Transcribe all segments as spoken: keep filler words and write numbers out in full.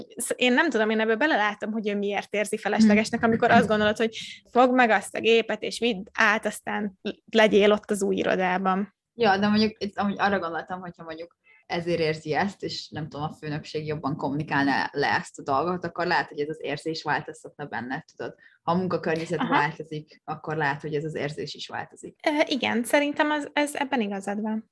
Én nem tudom, én ebbe belelátom, hogy ő miért érzi feleslegesnek, amikor azt gondolod, hogy fogd meg azt a gépet, és vidd át, aztán legyél ott az új irodában. Ja, de mondjuk itt, amúgy arra gondoltam, hogyha mondjuk ezért érzi ezt, és nem tudom, a főnökség jobban kommunikálna le ezt a dolgot, akkor lehet, hogy ez az érzés változtatna benne, tudod. Ha a munkakörnyezet Aha. változik, akkor lehet, hogy ez az érzés is változik. E, igen, szerintem az, ez ebben igazad van.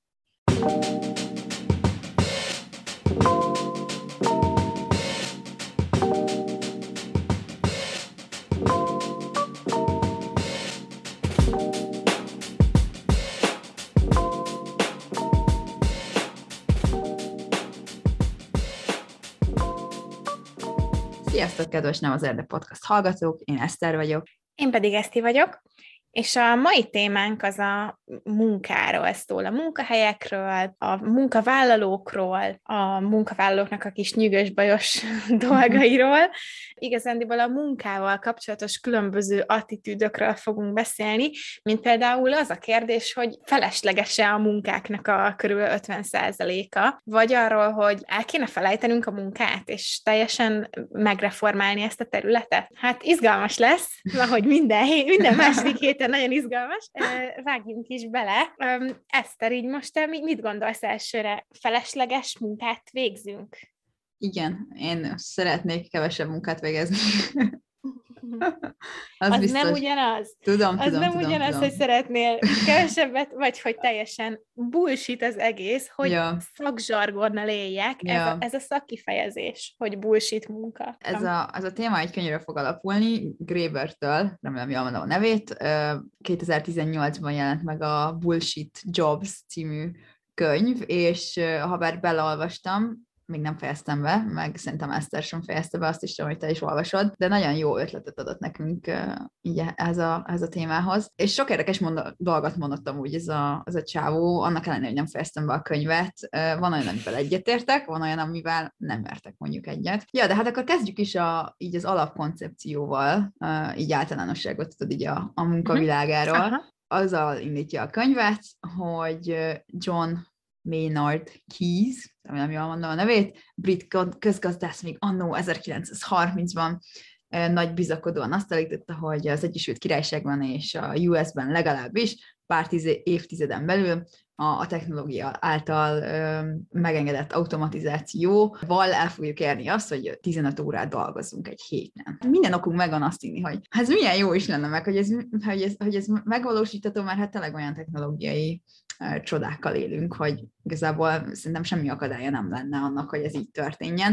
Sziasztok, kedves Nem az Erdő Podcast hallgatók, én Eszter vagyok. Én pedig Eszti vagyok, és a mai témánk az a munkáról szól, a munkahelyekről, a munkavállalókról, a munkavállalóknak a kis nyűgös-bajos dolgairól. Igazándiból a munkával kapcsolatos különböző attitűdökről fogunk beszélni, mint például az a kérdés, hogy felesleges-e a munkáknak a körül ötven százaléka, vagy arról, hogy el kéne felejtenünk a munkát, és teljesen megreformálni ezt a területet. Hát izgalmas lesz, ahogy minden, minden második héten nagyon izgalmas. Vágjunk is bele. Eszter, így most te mit gondolsz elsőre? Felesleges munkát végzünk? Igen, én szeretnék kevesebb munkát végezni. Az, az nem ugyanaz. Tudom, az tudom, nem tudom, ugyanaz, tudom. hogy szeretnél kevesebbet, vagy hogy teljesen bullshit az egész, hogy ja. szakzsargonnal éljek. Ja. Ez, a, ez a szakkifejezés, hogy bullshit munka. Ez a, ez a téma egy könyvre fog alapulni, Graebertől, remélem jól mondom a nevét. kétezer-tizennyolcban jelent meg a Bullshit Jobs című könyv, és ha bár beleolvastam, még nem fejeztem be, meg szerintem Eszter sem fejezte be, azt is tudom, hogy te is olvasod, de nagyon jó ötletet adott nekünk uh, így ez a, ez a témához. És sok érdekes mond- dolgot mondottam úgy ez a, ez a csávó, annak ellenére, hogy nem fejeztem be a könyvet. Uh, van olyan, amivel egyetértek, van olyan, amivel nem értek mondjuk egyet. Ja, de hát akkor kezdjük is a, így az alapkoncepcióval, uh, így általánosságot tudod így a, a munkavilágáról. Uh-huh. Azzal indítja a könyvet, hogy John Maynard Keynes, nem jól mondom a nevét, brit közgazdász még annó ezerkilencszázharmincban nagy bizakodóan azt állította, hogy az Egyesült Királyságban és a U S-ben legalábbis pár tíz évtizeden belül a, a technológia által ö, megengedett automatizációval el fogjuk érni azt, hogy tizenöt órát dolgozzunk egy héten. Minden okunk megvan azt hinni, hogy ez milyen jó is lenne meg, hogy ez, hogy ez, hogy ez megvalósítható, mert hát tényleg olyan technológiai csodákkal élünk, hogy igazából szerintem semmi akadálya nem lenne annak, hogy ez így történjen,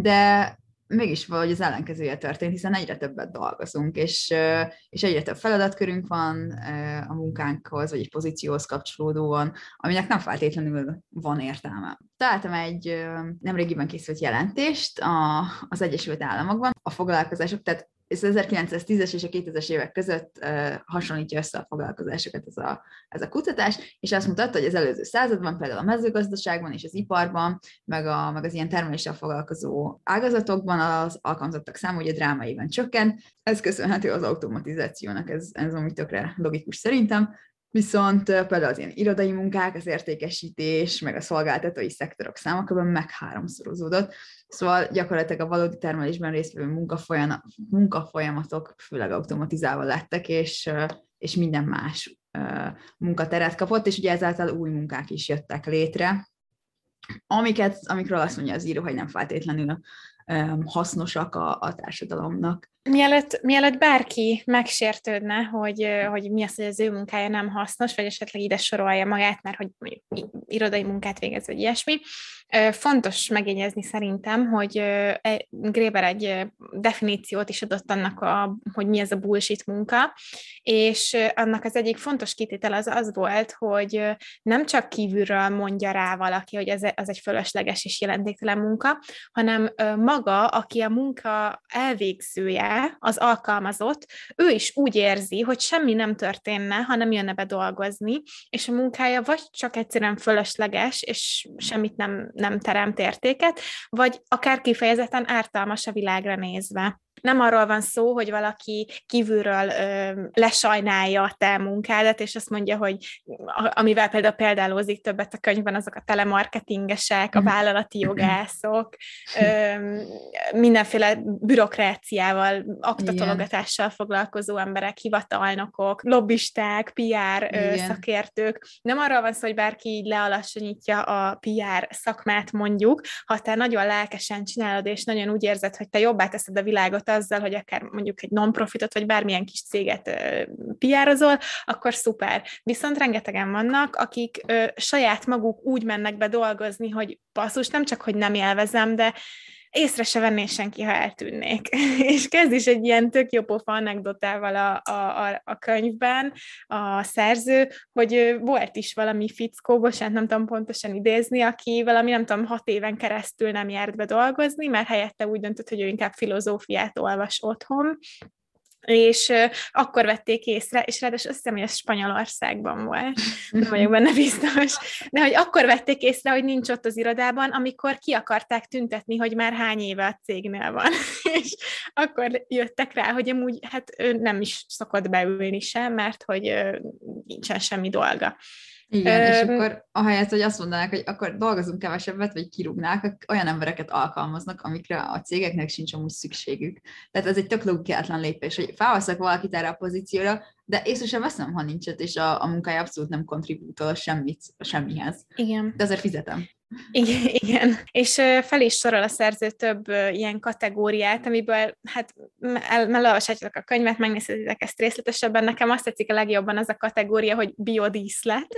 de mégis valahogy az ellenkezője történt, hiszen egyre többet dolgozunk, és, és egyre több feladatkörünk van a munkánkhoz, vagy egy pozícióhoz kapcsolódóan, aminek nem feltétlenül van értelme. Találtam egy nemrégiben készült jelentést az Egyesült Államokban, a foglalkozások, tehát ez az ezerkilencszáztízes és a kétezres évek között uh, hasonlítja össze a foglalkozásokat ez a, ez a kutatás, és azt mutatta, hogy az előző században, például a mezőgazdaságban és az iparban, meg, a, meg az ilyen termeléssel foglalkozó ágazatokban az alkalmazottak száma ugye drámaiban csökkent. Ez köszönhető az automatizációnak, ez, ez ami tökre logikus szerintem. Viszont például az ilyen irodai munkák, az értékesítés, meg a szolgáltatói szektorok száma kb. meg háromszorozódott. Szóval gyakorlatilag a valódi termelésben résztvevő munkafolyamatok főleg automatizálva lettek, és, és minden más munkateret kapott, és ugye ezáltal új munkák is jöttek létre, amiket, amikről azt mondja az író, hogy nem feltétlenül hasznosak a, a társadalomnak. Mielőtt, mielőtt bárki megsértődne, hogy, hogy mi az, hogy az ő munkája nem hasznos, vagy esetleg ide sorolja magát, mert hogy mondjuk irodai munkát végez, vagy ilyesmi, fontos megjegyezni szerintem, hogy Graeber egy definíciót is adott annak, a, hogy mi ez a bullshit munka, és annak az egyik fontos kitétel az az volt, hogy nem csak kívülről mondja rá valaki, hogy ez, az egy fölösleges és jelentéktelen munka, hanem maga, aki a munka elvégzője, az alkalmazott, ő is úgy érzi, hogy semmi nem történne, ha nem jönne be dolgozni, és a munkája vagy csak egyszerűen fölösleges, és semmit nem, nem teremt értéket, vagy akár kifejezetten ártalmas a világra nézve. Nem arról van szó, hogy valaki kívülről ö, lesajnálja a te munkádat, és azt mondja, hogy amivel például példálózik többet a könyvben, azok a telemarketingesek, a vállalati jogászok, ö, mindenféle bürokráciával, aktatologatással foglalkozó emberek, hivatalnokok, lobbisták, pé er ö, szakértők. Nem arról van szó, hogy bárki így lealacsonyítja a pé er szakmát mondjuk, ha te nagyon lelkesen csinálod, és nagyon úgy érzed, hogy te jobbá teszed a világot azzal, hogy akár mondjuk egy non-profitot, vagy bármilyen kis céget pé er-ozol, akkor szuper. Viszont rengetegen vannak, akik ö, saját maguk úgy mennek be dolgozni, hogy basszus, nem csak, hogy nem élvezem, de észre se venné senki, ha eltűnnék. És kezd is egy ilyen tök jó pofa anekdotával a, a, a könyvben a szerző, hogy volt is valami fickó, bocsánat, nem tudom pontosan idézni, aki valami, nem tudom, hat éven keresztül nem járt be dolgozni, mert helyette úgy döntött, hogy ő inkább filozófiát olvas otthon, és uh, akkor vették észre, és ráadásul azt hiszem, hogy ez Spanyolországban volt, nem vagyok benne biztos, de hogy akkor vették észre, hogy nincs ott az irodában, amikor ki akarták tüntetni, hogy már hány éve a cégnél van, és akkor jöttek rá, hogy amúgy hát ő nem is szokott beülni sem, mert hogy uh, nincsen semmi dolga. Igen, és akkor ahelyett, hogy azt mondanák, hogy akkor dolgozunk kevesebbet, vagy kirúgnák, olyan embereket alkalmaznak, amikre a cégeknek sincs amúgy szükségük. Tehát ez egy tök logikátlan lépés, hogy felhasználok valakit erre a pozícióra, de észre sem veszem, ha nincs ott, és a, a munkája abszolút nem kontribútol semmit, semmihez. Igen. De azért fizetem. Igen, igen. És fel is sorol a szerző több ilyen kategóriát, amiből hát elolvashatjátok a könyvet, megnézhetitek ezt részletesebben. Nekem azt tetszik a legjobban az a kategória, hogy biodíszlet.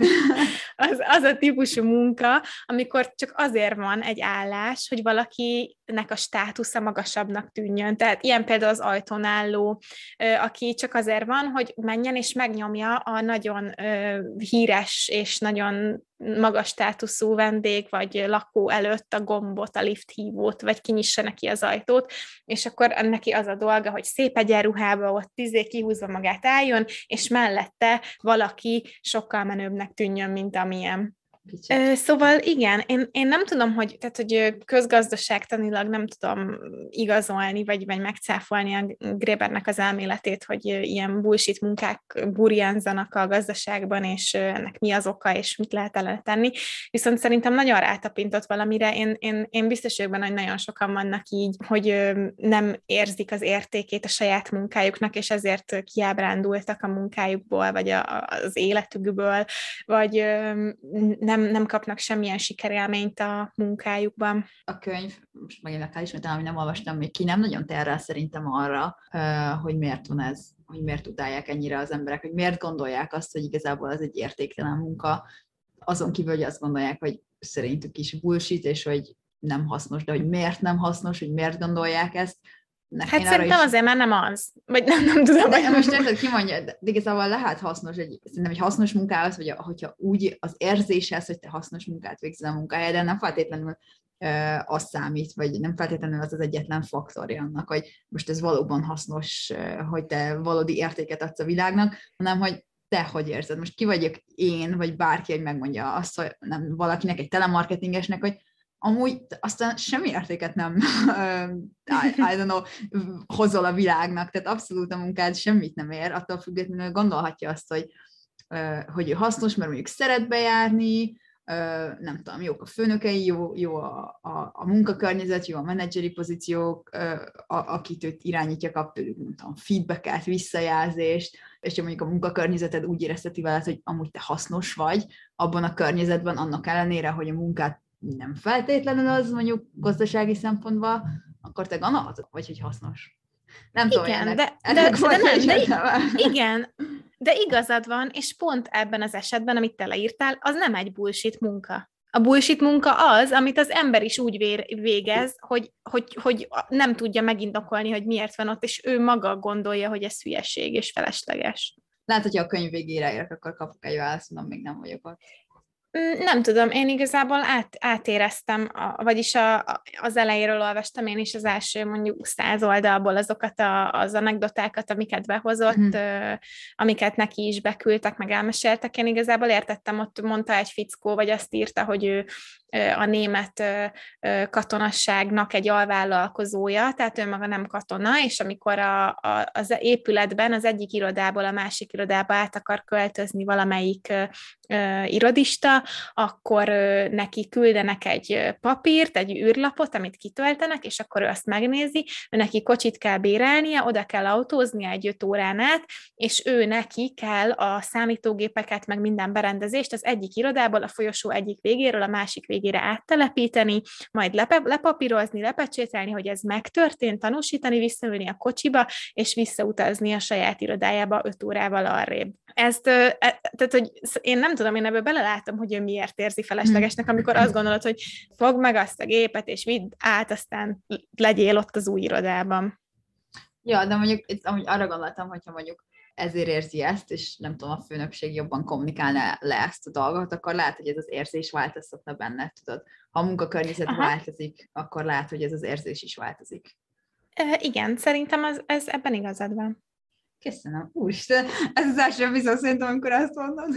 az, az a típusú munka, amikor csak azért van egy állás, hogy valakinek a státusza magasabbnak tűnjön. Tehát ilyen például az ajtón álló, aki csak azért van, hogy menjen és megnyomja a nagyon híres és nagyon magas státuszú vendég, vagy lakó előtt a gombot, a lift hívót, vagy kinyissa neki az ajtót, és akkor neki az a dolga, hogy szép egyenruhába ott tizé kihúzva magát álljon, és mellette valaki sokkal menőbbnek tűnjön, mint amilyen. Kicsit. Szóval igen, én, én nem tudom, hogy, tehát, hogy közgazdaságtanilag nem tudom igazolni, vagy, vagy megcáfolni a Graebernek az elméletét, hogy ilyen bullshit munkák burjánzanak a gazdaságban, és ennek mi az oka, és mit lehet ellene tenni. Viszont szerintem nagyon rátapintott valamire. Én, én, én biztos vagyok benne, hogy nagyon sokan vannak így, hogy nem érzik az értékét a saját munkájuknak, és ezért kiábrándultak a munkájukból, vagy a, az életükből, vagy nem Nem, nem kapnak semmilyen sikerélményt a munkájukban. A könyv, most megint meg kell ismételni, ami nem olvastam még ki, nem nagyon tér rá szerintem arra, hogy miért van ez, hogy miért utálják ennyire az emberek, hogy miért gondolják azt, hogy igazából ez egy értéktelen munka, azon kívül, hogy azt gondolják, hogy szerintük is bullshit, és hogy nem hasznos, de hogy miért nem hasznos, hogy miért gondolják ezt. Hát szerintem is... azért már nem az. Vagy nem, nem tudom. De most érted, ki mondja, de igazából lehet hasznos, egy, szerintem egy hasznos munkához, vagy a, hogyha úgy az érzéshez, hogy te hasznos munkát végzel a munkájában, nem feltétlenül e, az számít, vagy nem feltétlenül az az egyetlen faktorja annak, hogy most ez valóban hasznos, e, hogy te valódi értéket adsz a világnak, hanem hogy te hogy érzed. Most ki vagyok én, vagy bárki, hogy megmondja azt, hogy nem valakinek, egy telemarketingesnek, hogy amúgy aztán semmi értéket nem I, I don't know, hozol a világnak, tehát abszolút a munkád semmit nem ér, attól függetlenül gondolhatja azt, hogy, hogy hasznos, mert mondjuk szeret bejárni, nem tudom, jók a főnökei, jó, jó a, a, a munkakörnyezet, jó a menedzseri pozíciók, a, akit őt irányítja, kap tőlük, nem tudom, feedbacket, visszajelzést, és ha mondjuk a munkakörnyezeted úgy érezteti veled, hogy amúgy te hasznos vagy abban a környezetben, annak ellenére, hogy a munkát nem feltétlenül az mondjuk gazdasági szempontból, akkor te ganad, vagy hogy hasznos. Nem igen, tudom, ennek, de, ennek de, de, de, nem, de igen, de igazad van, és pont ebben az esetben, amit te leírtál, az nem egy bullshit munka. A bullshit munka az, amit az ember is úgy végez, hogy, hogy, hogy nem tudja megindokolni, hogy miért van ott, és ő maga gondolja, hogy ez hülyeség és felesleges. Lehet, hogyha a könyv végére érek, akkor kapok egy választ, mondom, még nem vagyok ott. Nem tudom, én igazából át, átéreztem, a, vagyis a, a, az elejéről olvastam én is az első mondjuk száz oldalból azokat a, az anekdotákat, amiket behozott, Mm. ö, amiket neki is beküldtek, meg elmeséltek. Én igazából értettem, ott mondta egy fickó, vagy azt írta, hogy ő a német katonasságnak egy alvállalkozója, tehát ő maga nem katona, és amikor a, a, az épületben az egyik irodából a másik irodába át akar költözni valamelyik irodista, akkor neki küldenek egy papírt, egy űrlapot, amit kitöltenek, és akkor ő azt megnézi, ő neki kocsit kell bérelnie, oda kell autóznia egy öt órán át, és ő neki kell a számítógépeket, meg minden berendezést az egyik irodából, a folyosó egyik végéről a másik végére áttelepíteni, majd lepe- lepapírozni, lepecsételni, hogy ez megtörtént, tanúsítani, visszaülni a kocsiba, és visszautazni a saját irodájába öt órával arrébb. Ezt, e, tehát, hogy én nem tudom, én ebből belelátom, hogy ő miért érzi feleslegesnek, amikor azt gondolod, hogy fogd meg azt a gépet, és vidd át, aztán legyél ott az új irodában. Ja, de mondjuk itt, amúgy arra gondoltam, hogyha mondjuk ezért érzi ezt, és nem tudom, a főnökség jobban kommunikálna le ezt a dolgot, akkor lehet, hogy ez az érzés változtatna benne, tudod. Ha a munkakörnyezet Aha. változik, akkor lehet, hogy ez az érzés is változik. E, igen, szerintem az, ez ebben igazad van. Köszönöm. Úristen, ez az első epizód szerintem, amikor ezt mondod.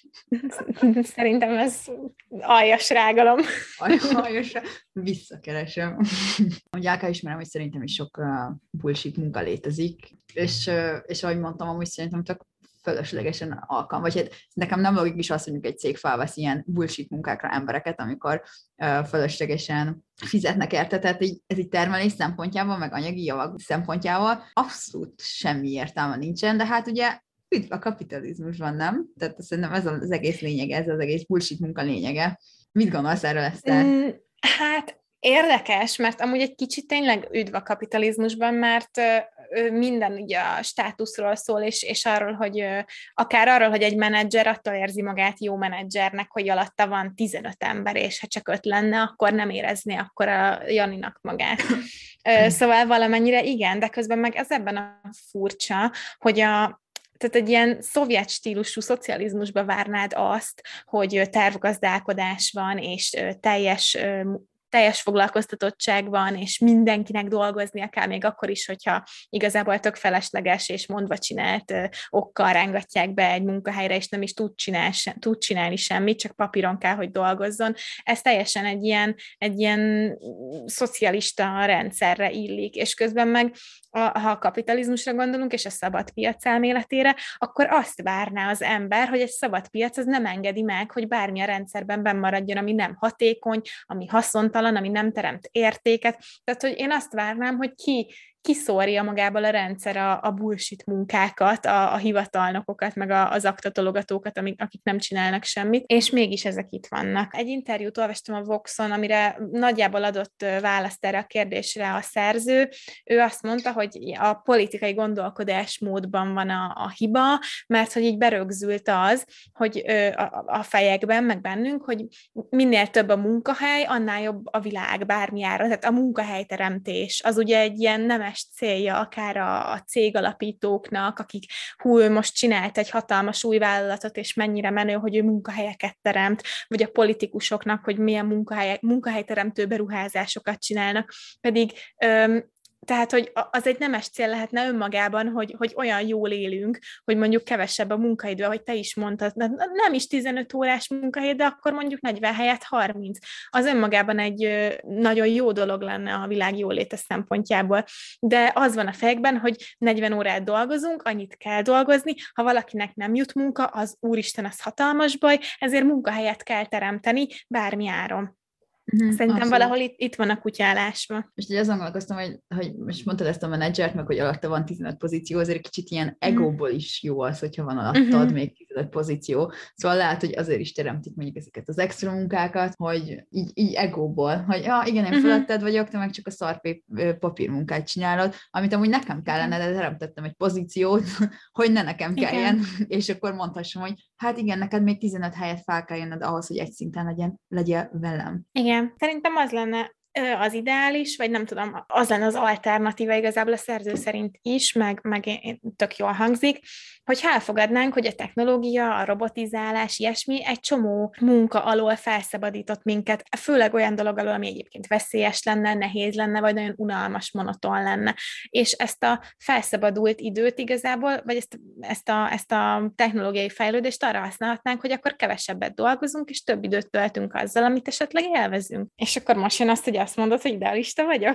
Szerintem ez aljas rágalom. Aljas, visszakeresem. Úgy el kell ismerem, hogy szerintem is sok uh, bullshit munka létezik, és, uh, és ahogy mondtam, amúgy szerintem csak fölöslegesen alkalm. Vagy hát nekem nem logikus az, hogy mondjuk egy cég felvesz ilyen bullshit munkákra embereket, amikor uh, fölöslegesen fizetnek érte, tehát így, ez így termelés szempontjából, meg anyagi javak szempontjából abszolút semmi értelme nincsen, de hát ugye üdv a kapitalizmusban, nem? Tehát szerintem ez az egész lényege, ez az egész bullshit munka lényege. Mit gondolsz erről, Eszter? Mm, hát érdekes, mert amúgy egy kicsit tényleg üdv a kapitalizmusban, mert ö, minden ugye a státuszról szól, és, és arról, hogy ö, akár arról, hogy egy menedzser attól érzi magát jó menedzsernek, hogy alatta van tizenöt ember, és ha csak öt lenne, akkor nem érezné akkor a Janinak magát. Ö, szóval valamennyire igen, de közben meg ez ebben a furcsa, hogy a tehát egy ilyen szovjet stílusú szocializmusba várnád azt, hogy tervgazdálkodás van, és teljes teljes foglalkoztatottság van, és mindenkinek dolgoznia kell, még akkor is, hogyha igazából tök felesleges és mondva csinált okkal rángatják be egy munkahelyre, és nem is tud csinálni, tud csinálni semmit, csak papíron kell, hogy dolgozzon. Ez teljesen egy ilyen, egy ilyen szocialista rendszerre illik, és közben meg a, ha a kapitalizmusra gondolunk, és a szabad piac elméletére, akkor azt várná az ember, hogy egy szabad piac az nem engedi meg, hogy bármi a rendszerben benn maradjon, ami nem hatékony, ami haszontalan, ami nem teremt értéket. Tehát, hogy én azt várnám, hogy ki kiszórja magából a rendszer a, a bullshit munkákat, a, a hivatalnokokat, meg a, az aktatologatókat, amik, akik nem csinálnak semmit, és mégis ezek itt vannak. Egy interjút olvastam a Voxon, amire nagyjából adott választ erre a kérdésre a szerző. Ő azt mondta, hogy a politikai gondolkodásmódban van a, a hiba, mert hogy így berögzült az, hogy a, a fejekben, meg bennünk, hogy minél több a munkahely, annál jobb a világ bármiára. Tehát a munkahelyteremtés az ugye egy ilyen nemes célja akár a, a cégalapítóknak, akik hú, most csinált egy hatalmas új vállalatot, és mennyire menő, hogy ő munkahelyeket teremt, vagy a politikusoknak, hogy milyen munkahely, munkahelyteremtő beruházásokat csinálnak. Pedig öm, tehát, hogy az egy nemes cél lehetne önmagában, hogy, hogy olyan jól élünk, hogy mondjuk kevesebb a munkaidő, ahogy te is mondtad, nem is tizenöt órás munkahely, de akkor mondjuk negyven helyett harminc. Az önmagában egy nagyon jó dolog lenne a világ jóléte szempontjából. De az van a fejekben, hogy negyven órát dolgozunk, annyit kell dolgozni, ha valakinek nem jut munka, az úristen, az hatalmas baj, ezért munkahelyet kell teremteni bármi áron. Mm-hmm, Szerintem abszolút. Valahol itt, itt van a kutyálásva. És ugye azon gondolkoztam, hogy, hogy most mondtad ezt a menedzsert, meg hogy alatta van tizenöt pozíció, azért kicsit ilyen egóból is jó az, hogyha van alattad mm-hmm. még tizenöt pozíció. Szóval lehet, hogy azért is teremtik mondjuk ezeket az extra munkákat, hogy így, így egóból, hogy ja, igen, én feletted mm-hmm. vagyok, te meg csak a szar papírmunkát csinálod, amit amúgy nekem kellene, de teremtettem egy pozíciót, hogy ne nekem kelljen, igen. És akkor mondhassam, hogy hát igen, neked még tizenöt helyet fel kell jönned ahhoz, hogy egy szinten legyen, legyél velem. Igen. Szerintem az lenne az ideális, vagy nem tudom, az lenne az alternatíva igazából a szerző szerint is, meg, meg tök jól hangzik, hogy elfogadnánk, hogy a technológia, a robotizálás, ilyesmi egy csomó munka alól felszabadított minket, főleg olyan dolog alól, ami egyébként veszélyes lenne, nehéz lenne, vagy nagyon unalmas, monoton lenne. És ezt a felszabadult időt igazából, vagy ezt, ezt, a, ezt a technológiai fejlődést arra használhatnánk, hogy akkor kevesebbet dolgozunk, és több időt töltünk azzal, amit esetleg élvezünk. És akkor most jön azt, hogy azt mondod, hogy idealista vagyok?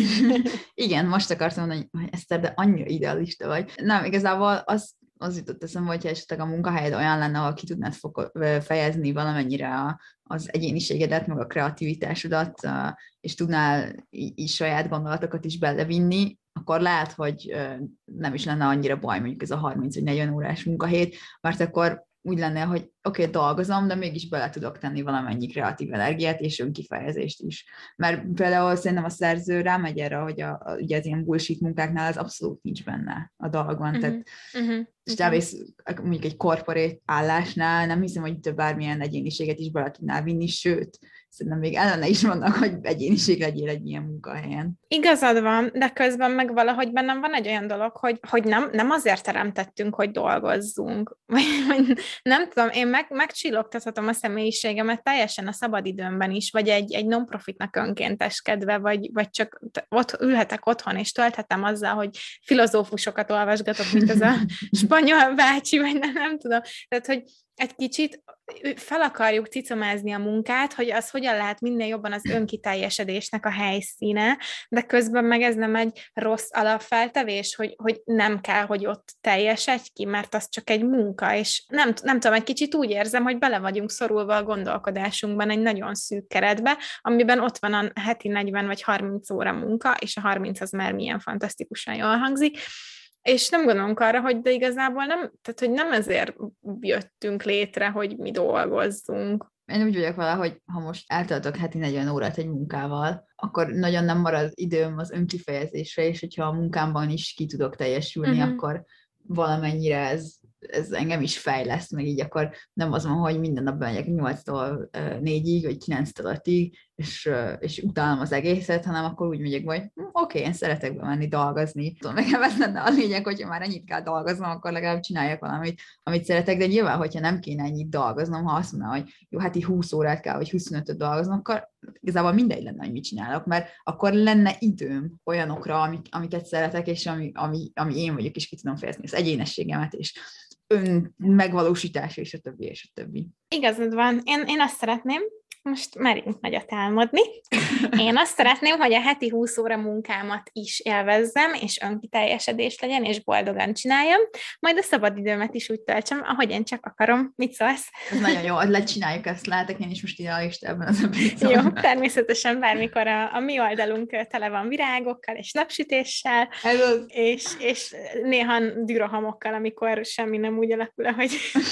Igen, most akartam mondani, hogy Eszter, de annyira idealista vagy. Nem, igazából az, az jutott eszembe, hogyha esetleg a munkahelyed olyan lenne, ahol ki tudnád foko- fejezni valamennyire a, az egyéniségedet, meg a kreativitásodat, és tudnál így saját gondolatokat is belevinni, akkor lehet, hogy nem is lenne annyira baj mondjuk ez a harminc vagy negyven órás munkahét, mert akkor úgy lenne, hogy oké, okay, dolgozom, de mégis bele tudok tenni valamennyi kreatív energiát és önkifejezést is. Mert például szerintem a szerző rámegy erre, hogy a, a, ugye az ilyen bullshit munkáknál az abszolút nincs benne a dolgban. Uh-huh. Tehát, uh-huh. és elvész mondjuk egy korporét állásnál, nem hiszem, hogy több bármilyen egyéniséget is bele tudnál vinni, sőt, szerintem még ellene is vannak, hogy egyéniség legyél egy ilyen munkahelyen. Igazad van, de közben meg valahogy bennem van egy olyan dolog, hogy, hogy nem, nem azért teremtettünk, hogy dolgozzunk. Vagy, vagy nem tudom, én meg, megcsillogtathatom a személyiségemet teljesen a szabadidőmben is, vagy egy, egy non-profitnak önkénteskedve, vagy, vagy csak ott ülhetek otthon, és tölthetem azzal, hogy filozófusokat olvasgatok, mint az a spanyol bácsi, vagy nem, nem tudom. Tehát, hogy egy kicsit fel akarjuk cicomázni a munkát, hogy az hogyan lehet minél jobban az önkiteljesedésnek a helyszíne, de közben meg ez nem egy rossz alapfeltevés, hogy, hogy nem kell, hogy ott teljesedj ki, mert az csak egy munka, és nem, nem tudom, egy kicsit úgy érzem, hogy bele vagyunk szorulva a gondolkodásunkban egy nagyon szűk keretbe, amiben ott van a heti negyven vagy harminc óra munka, és a harminc az már milyen fantasztikusan jól hangzik, és nem gondolunk arra, hogy de igazából nem, tehát hogy nem ezért jöttünk létre, hogy mi dolgozzunk. Én úgy vagyok vele, hogy ha most eltöltök heti negyven órát egy munkával, akkor nagyon nem marad időm az önkifejezésre, és hogyha a munkámban is ki tudok teljesülni, uh-huh. akkor valamennyire ez, ez engem is fejleszt, meg így akkor nem az van, hogy minden nap bemegyek nyolctól négyig, vagy kilenctől ötig, és, és utálom az egészet, hanem akkor úgy megyek, hogy oké, okay, én szeretek bemenni dolgozni. Tudom, nekem ez lenne a lényeg, hogyha már ennyit kell dolgoznom, akkor legalább csináljak valamit, amit szeretek, de nyilván, hogyha nem kéne ennyit dolgoznom, ha azt mondaná, hogy jó, hát így húsz órát kell, vagy huszonötöt dolgoznom, akkor igazából mindegy lenne, hogy mit csinálok, mert akkor lenne időm olyanokra, amik, amiket szeretek, és ami, ami, ami én vagyok, és ki tudom fejezni az egyénességemet, és ön megvalósítása, és a többi, és a többi. Igazad van. Én, én azt szeretném, most merjünk nagyot álmodni. Én azt szeretném, hogy a heti húsz óra munkámat is élvezzem, és önkiteljesedés legyen, és boldogan csináljam, majd a szabadidőmet is úgy töltsem, ahogy én csak akarom. Mit szólsz? Ez nagyon jó, lecsináljuk ezt, látok én is most idealista ebben az epizódban. Jó, természetesen bármikor a, a mi oldalunk tele van virágokkal és napsütéssel, és, és néha dürohamokkal, amikor semmi nem úgy alakul, ahogy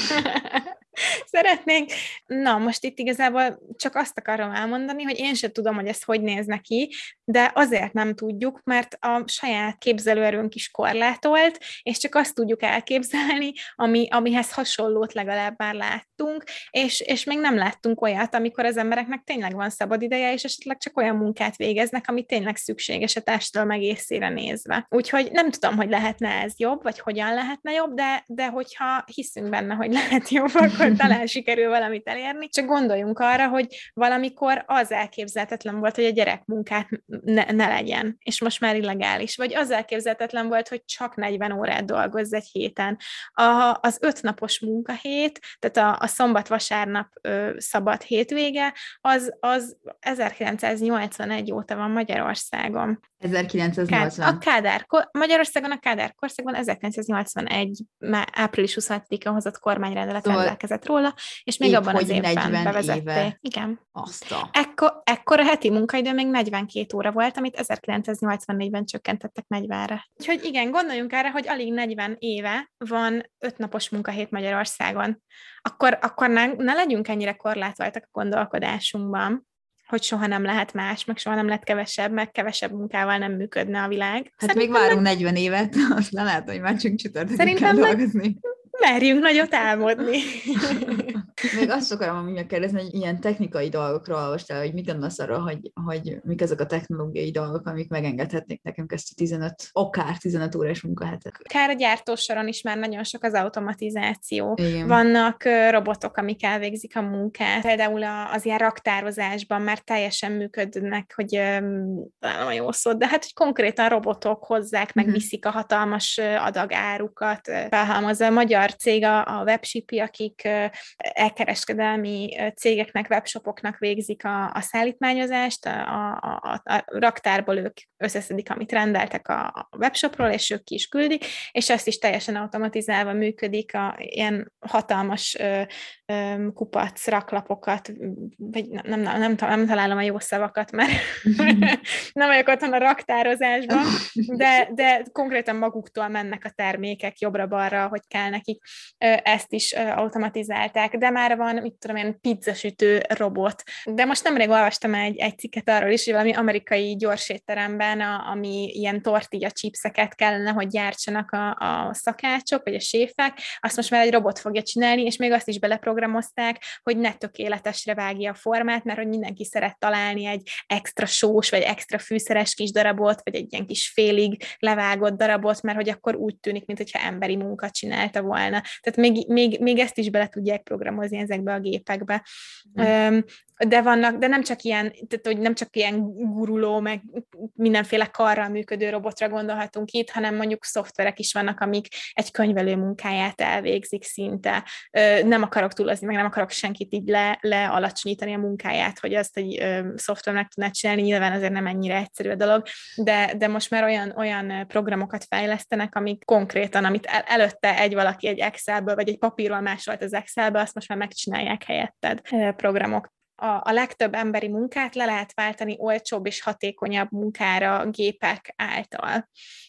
szeretnénk. Na, most itt igazából csak azt akarom elmondani, hogy én sem tudom, hogy ez hogy néz neki, de azért nem tudjuk, mert a saját képzelőerőnk is korlátolt, és csak azt tudjuk elképzelni, ami, amihez hasonlót legalább már láttunk, és, és még nem láttunk olyat, amikor az embereknek tényleg van szabad ideje, és esetleg csak olyan munkát végeznek, ami tényleg szükséges a társadalom egészére nézve. Úgyhogy nem tudom, hogy lehetne ez jobb, vagy hogyan lehetne jobb, de, de hogyha hiszünk benne, hogy lehet jobb, akkor talán sikerül valamit elérni. Csak gondoljunk arra, hogy valamikor az elképzelhetetlen volt, hogy a gyerekmunkát ne, ne legyen, és most már illegális. Vagy az elképzelhetetlen volt, hogy csak negyven órát dolgozz egy héten. A, az ötnapos munkahét, tehát a, a szombat-vasárnap ö, szabad hétvége, az, az ezerkilencszáznyolcvanegy óta van Magyarországon. ezerkilencszáznyolcvan. A Kádár, Magyarországon a Kádár korszakban ezerkilencszáznyolcvanegy április huszonhatodikán hozott kormányrendelet szóval rendelkezett róla, és még abban az évben bevezették. Éve. Igen. Azta. Ekkor, ekkor a heti munkaidő még negyvenkét óra volt, amit ezerkilencszáznyolcvannégyben csökkentettek negyvenre. Úgyhogy igen, gondoljunk erre, hogy alig negyven éve van ötnapos munkahét Magyarországon. Akkor, akkor ne, ne legyünk ennyire korlátoltak a gondolkodásunkban, hogy soha nem lehet más, meg soha nem lehet kevesebb, meg kevesebb munkával nem működne a világ. Hát szerintem még várunk meg... negyven évet, azt le lehet, hogy már csak csütörtökig szerintem kell dolgozni. Merjünk nagyot álmodni. Még azt akarom amúgy megkérdezni, hogy ilyen technikai dolgokról olvastál, hogy mit gondolsz arról, hogy, hogy mik azok a technológiai dolgok, amik megengedhetnék nekünk ezt a tizenöt, akár tizenöt órás munkahetet. Akár a gyártósoron is már nagyon sok az automatizáció. Igen. Vannak robotok, amik elvégzik a munkát. Például az ilyen raktározásban már teljesen működnek, hogy talán a jó szó, de hát, hogy konkrétan robotok hozzák, meg viszik a hatalmas adagárukat. Felhalmoz a magyar cég, a Webshipi, akik elkereskedelmi cégeknek, webshopoknak végzik a, a szállítmányozást, a, a, a raktárból ők összeszedik, amit rendeltek a, a webshopról, és ők ki is küldik, és ezt is teljesen automatizálva működik, a ilyen hatalmas ö, ö, kupac, raklapokat, vagy nem, nem, nem, nem, nem találom a jó szavakat, mert nem vagyok otthon a raktározásban, de, de konkrétan maguktól mennek a termékek jobbra-balra, hogy kell nekik. Ezt is automatizálták, de már van, mit tudom én, pizzasütő robot. De most nemrég olvastam egy, egy cikket arról is, hogy valami amerikai gyorsétteremben, a, ami ilyen tortilla chipseket kellene, hogy gyártsanak a, a szakácsok, vagy a séfek, azt most már egy robot fogja csinálni, és még azt is beleprogramozták, hogy ne tökéletesre vágja a formát, mert hogy mindenki szeret találni egy extra sós, vagy extra fűszeres kis darabot, vagy egy ilyen kis félig levágott darabot, mert hogy akkor úgy tűnik, mintha emberi munka csinálta volna. Tehát még, még, még ezt is bele tudják programozni ezekbe a gépekbe. Mm. De vannak, de nem csak ilyen, tehát hogy nem csak ilyen guruló, meg mindenféle karral működő robotra gondolhatunk itt, hanem mondjuk szoftverek is vannak, amik egy könyvelő munkáját elvégzik szinte. Nem akarok túlozni, meg nem akarok senkit így le, lealacsonyítani a munkáját, hogy azt egy szoftver meg tudná csinálni, nyilván azért nem ennyire egyszerű a dolog, de, de most már olyan, olyan programokat fejlesztenek, amik konkrétan, amit el, előtte egy valaki egy Excelből, vagy egy papírról másolt az Excelbe, azt most már megcsinálják helyetted programok. A, a legtöbb emberi munkát le lehet váltani olcsóbb és hatékonyabb munkára gépek által.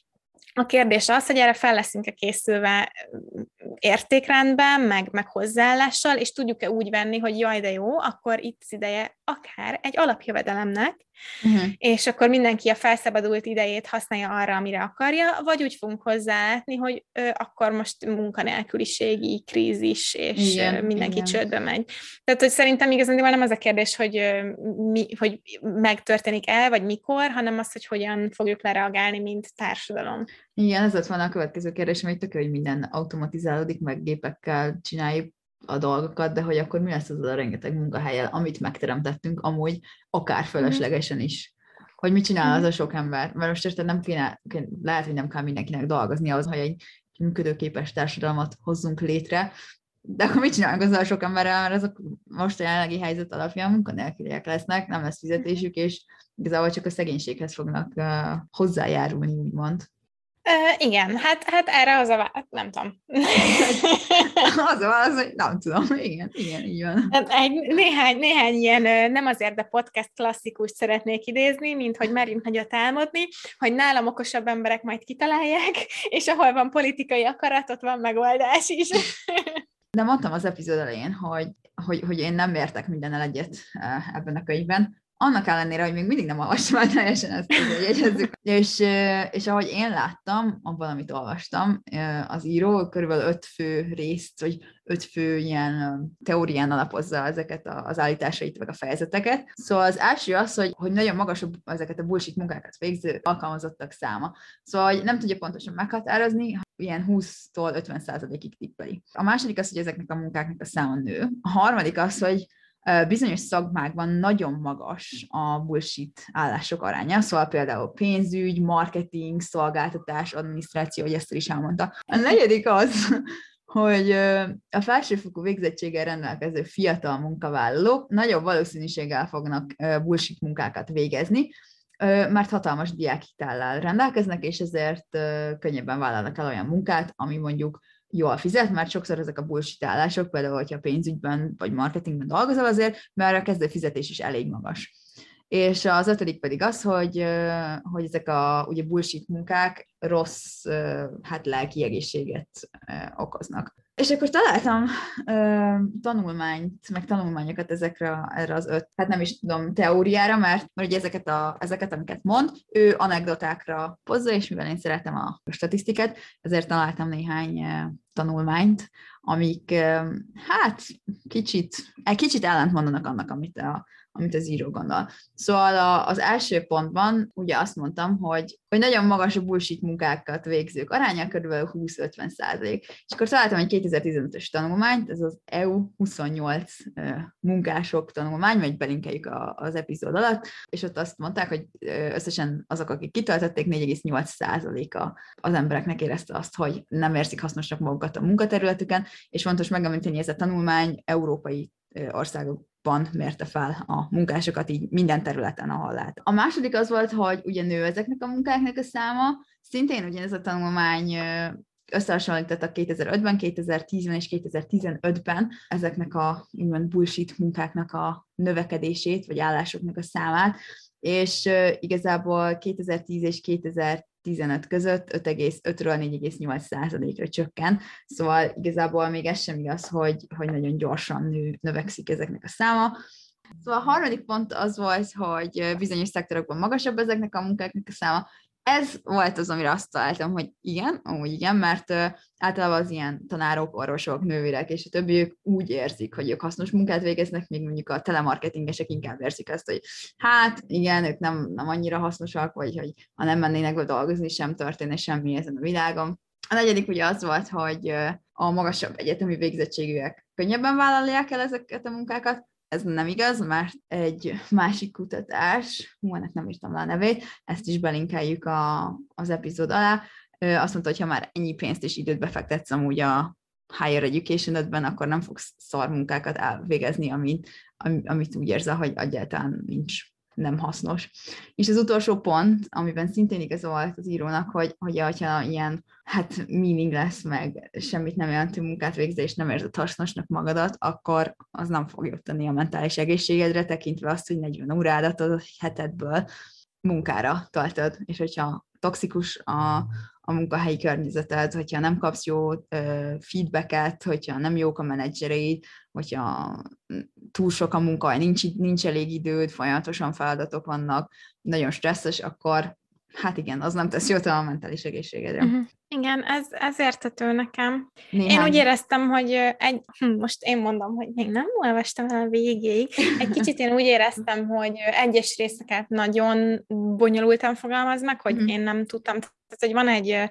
A kérdés az, hogy erre fel leszünk-e készülve értékrendben, meg, meg hozzáállással, és tudjuk-e úgy venni, hogy jaj, de jó, akkor itt ideje akár egy alapjövedelemnek, uh-huh. és akkor mindenki a felszabadult idejét használja arra, amire akarja, vagy úgy fogunk hozzáállni, hogy ö, akkor most munkanélküliségi krízis, és igen, mindenki igen. csődbe megy. Tehát, hogy szerintem igazán nem az a kérdés, hogy, ö, mi, hogy megtörténik el, vagy mikor, hanem az, hogy hogyan fogjuk lereagálni, mint társadalom. Igen, ez lett volna a következő kérdés, hogy tök, hogy minden automatizálódik, meg gépekkel csináljuk a dolgokat, de hogy akkor mi lesz az a rengeteg munkahelyel, amit megteremtettünk amúgy, akár fölöslegesen is. Hogy mit csinál az a sok ember? Mert most este nem kéne, lehet, hogy nem kell mindenkinek dolgozni ahhoz, hogy egy működőképes társadalmat hozzunk létre, de akkor mit csinálunk azzal a sok emberrel, mert azok most a jelenlegi helyzet alapján munkanélküliek lesznek, nem lesz fizetésük, és igazából csak a szegénységhez fognak uh, hozzájárulni, úgymond. Uh, igen, hát, hát erre az a válasz, nem tudom. Az a válasz, hogy nem tudom, igen, igen, így van. Egy, néhány, néhány ilyen nem azért, de podcast klasszikust szeretnék idézni, mint hogy merjünk nagyot álmodni, hogy nálam okosabb emberek majd kitalálják, és ahol van politikai akarat, ott van megoldás is. De mondtam az epizód elején, hogy, hogy, hogy én nem értek mindennel egyet ebben a könyvben, annak ellenére, hogy még mindig nem olvastam el teljesen ezt, hogy jegyezzük. És, és ahogy én láttam, abban, amit olvastam, az író körülbelül öt fő részt, vagy öt fő ilyen teórián alapozza ezeket az állításait, meg a fejezeteket. Szóval az első az, hogy, hogy nagyon magas ezeket a bullshit munkákat végző alkalmazottak száma. Szóval hogy nem tudja pontosan meghatározni, ilyen húsztól ötven százalékig tippeli. A második az, hogy ezeknek a munkáknak a száma nő. A harmadik az, hogy bizonyos szakmákban nagyon magas a bullshit állások aránya, szóval például pénzügy, marketing, szolgáltatás, adminisztráció, hogy ezt is elmondta. A negyedik az, hogy a felsőfokú végzettséggel rendelkező fiatal munkavállalók nagyobb valószínűséggel fognak bullshit munkákat végezni, mert hatalmas diákhitellel rendelkeznek, és ezért könnyebben vállalnak el olyan munkát, ami mondjuk jól fizet, mert sokszor ezek a bullshit állások, például, hogyha pénzügyben vagy marketingben dolgozol azért, mert a kezdő fizetés is elég magas. És az ötödik pedig az, hogy, hogy ezek a ugye bullshit munkák rossz hát lelki egészséget okoznak. És akkor találtam ö, tanulmányt, meg tanulmányokat ezekre, erre az öt, hát nem is tudom, teóriára, mert, mert ugye ezeket, a, ezeket, amiket mond, ő anekdotákra hozza, és mivel én szeretem a statisztikát, ezért találtam néhány ö, tanulmányt, amik ö, hát kicsit, egy kicsit ellentmondanak annak, amit a amit az író gondol. Szóval a, az első pontban ugye azt mondtam, hogy, hogy nagyon magas a bullshit munkákat végzők aránya, körülbelül húsz-ötven százalék. És akkor találtam egy kétezer-tizenötös tanulmányt, ez az é u huszonnyolc munkások tanulmány, vagy belinkeljük a, az epizód alatt, és ott azt mondták, hogy összesen azok, akik kitöltötték, négy egész nyolc százaléka az embereknek érezte azt, hogy nem érzik hasznosnak magukat a munkaterületüken, és fontos megemlíteni, ez a tanulmány európai országokban mérte fel a munkásokat így minden területen, ahol lát. A második az volt, hogy ugye nő ezeknek a munkáknak a száma, szintén ugyanez a tanulmány összehasonlítottak kétezer-ötben, kétezer-tízben és kétezer-tizenötben ezeknek a úgymond bullshit munkáknak a növekedését, vagy állásoknak a számát, és igazából kétezer-tíz és kétezer-tizenöt között öt egész ötről négy egész nyolc százalékra csökken, szóval igazából még ez sem igaz, hogy, hogy nagyon gyorsan nő, növekszik ezeknek a száma. Szóval a harmadik pont az volt, hogy bizonyos szektorokban magasabb ezeknek a munkáknak a száma. Ez volt az, amire azt találtam, hogy igen, amúgy igen, mert uh, általában az ilyen tanárok, orvosok, nővérek és a többiek úgy érzik, hogy ők hasznos munkát végeznek, még mondjuk a telemarketingesek inkább érzik azt, hogy hát igen, ők nem, nem annyira hasznosak, vagy hogy ha nem mennének be dolgozni, sem történne semmi ezen a világon. A negyedik ugye az volt, hogy uh, a magasabb egyetemi végzettségűek könnyebben vállalják el ezeket a munkákat. Ez nem igaz, mert egy másik kutatás, hú, ennek nem írtam le a nevét, ezt is belinkeljük a, az epizód alá, azt mondta, hogy ha már ennyi pénzt és időt befektetsz amúgy a higher education-ödben, akkor nem fogsz szar munkákat elvégezni, amit, amit úgy érzel, hogy egyáltalán nincs nem hasznos. És az utolsó pont, amiben szintén igazolt az írónak, hogy, hogy ha ilyen hát meaning lesz, meg semmit nem jelentő munkát végzel, és nem érzed hasznosnak magadat, akkor az nem fog jót tenni a mentális egészségedre, tekintve azt, hogy negyven órádat a hetedből munkára töltöd, és hogyha toxikus a, a munkahelyi környezeted, hogyha nem kapsz jó uh, feedbacket, hogyha nem jók a menedzsereid, hogyha túl sok a munka, nincs, nincs elég időd, folyamatosan feladatok vannak, nagyon stresszes, akkor hát igen, az nem tesz jót a mentális egészségedre. Uh-huh. Igen, ez, ez értető nekem. Néhány... Én úgy éreztem, hogy egy, hm, most én mondom, hogy még nem olvastam el a végéig, egy kicsit én úgy éreztem, hogy egyes részeket nagyon bonyolultan fogalmaznak, hogy uh-huh. én nem tudtam, tehát, hogy van egy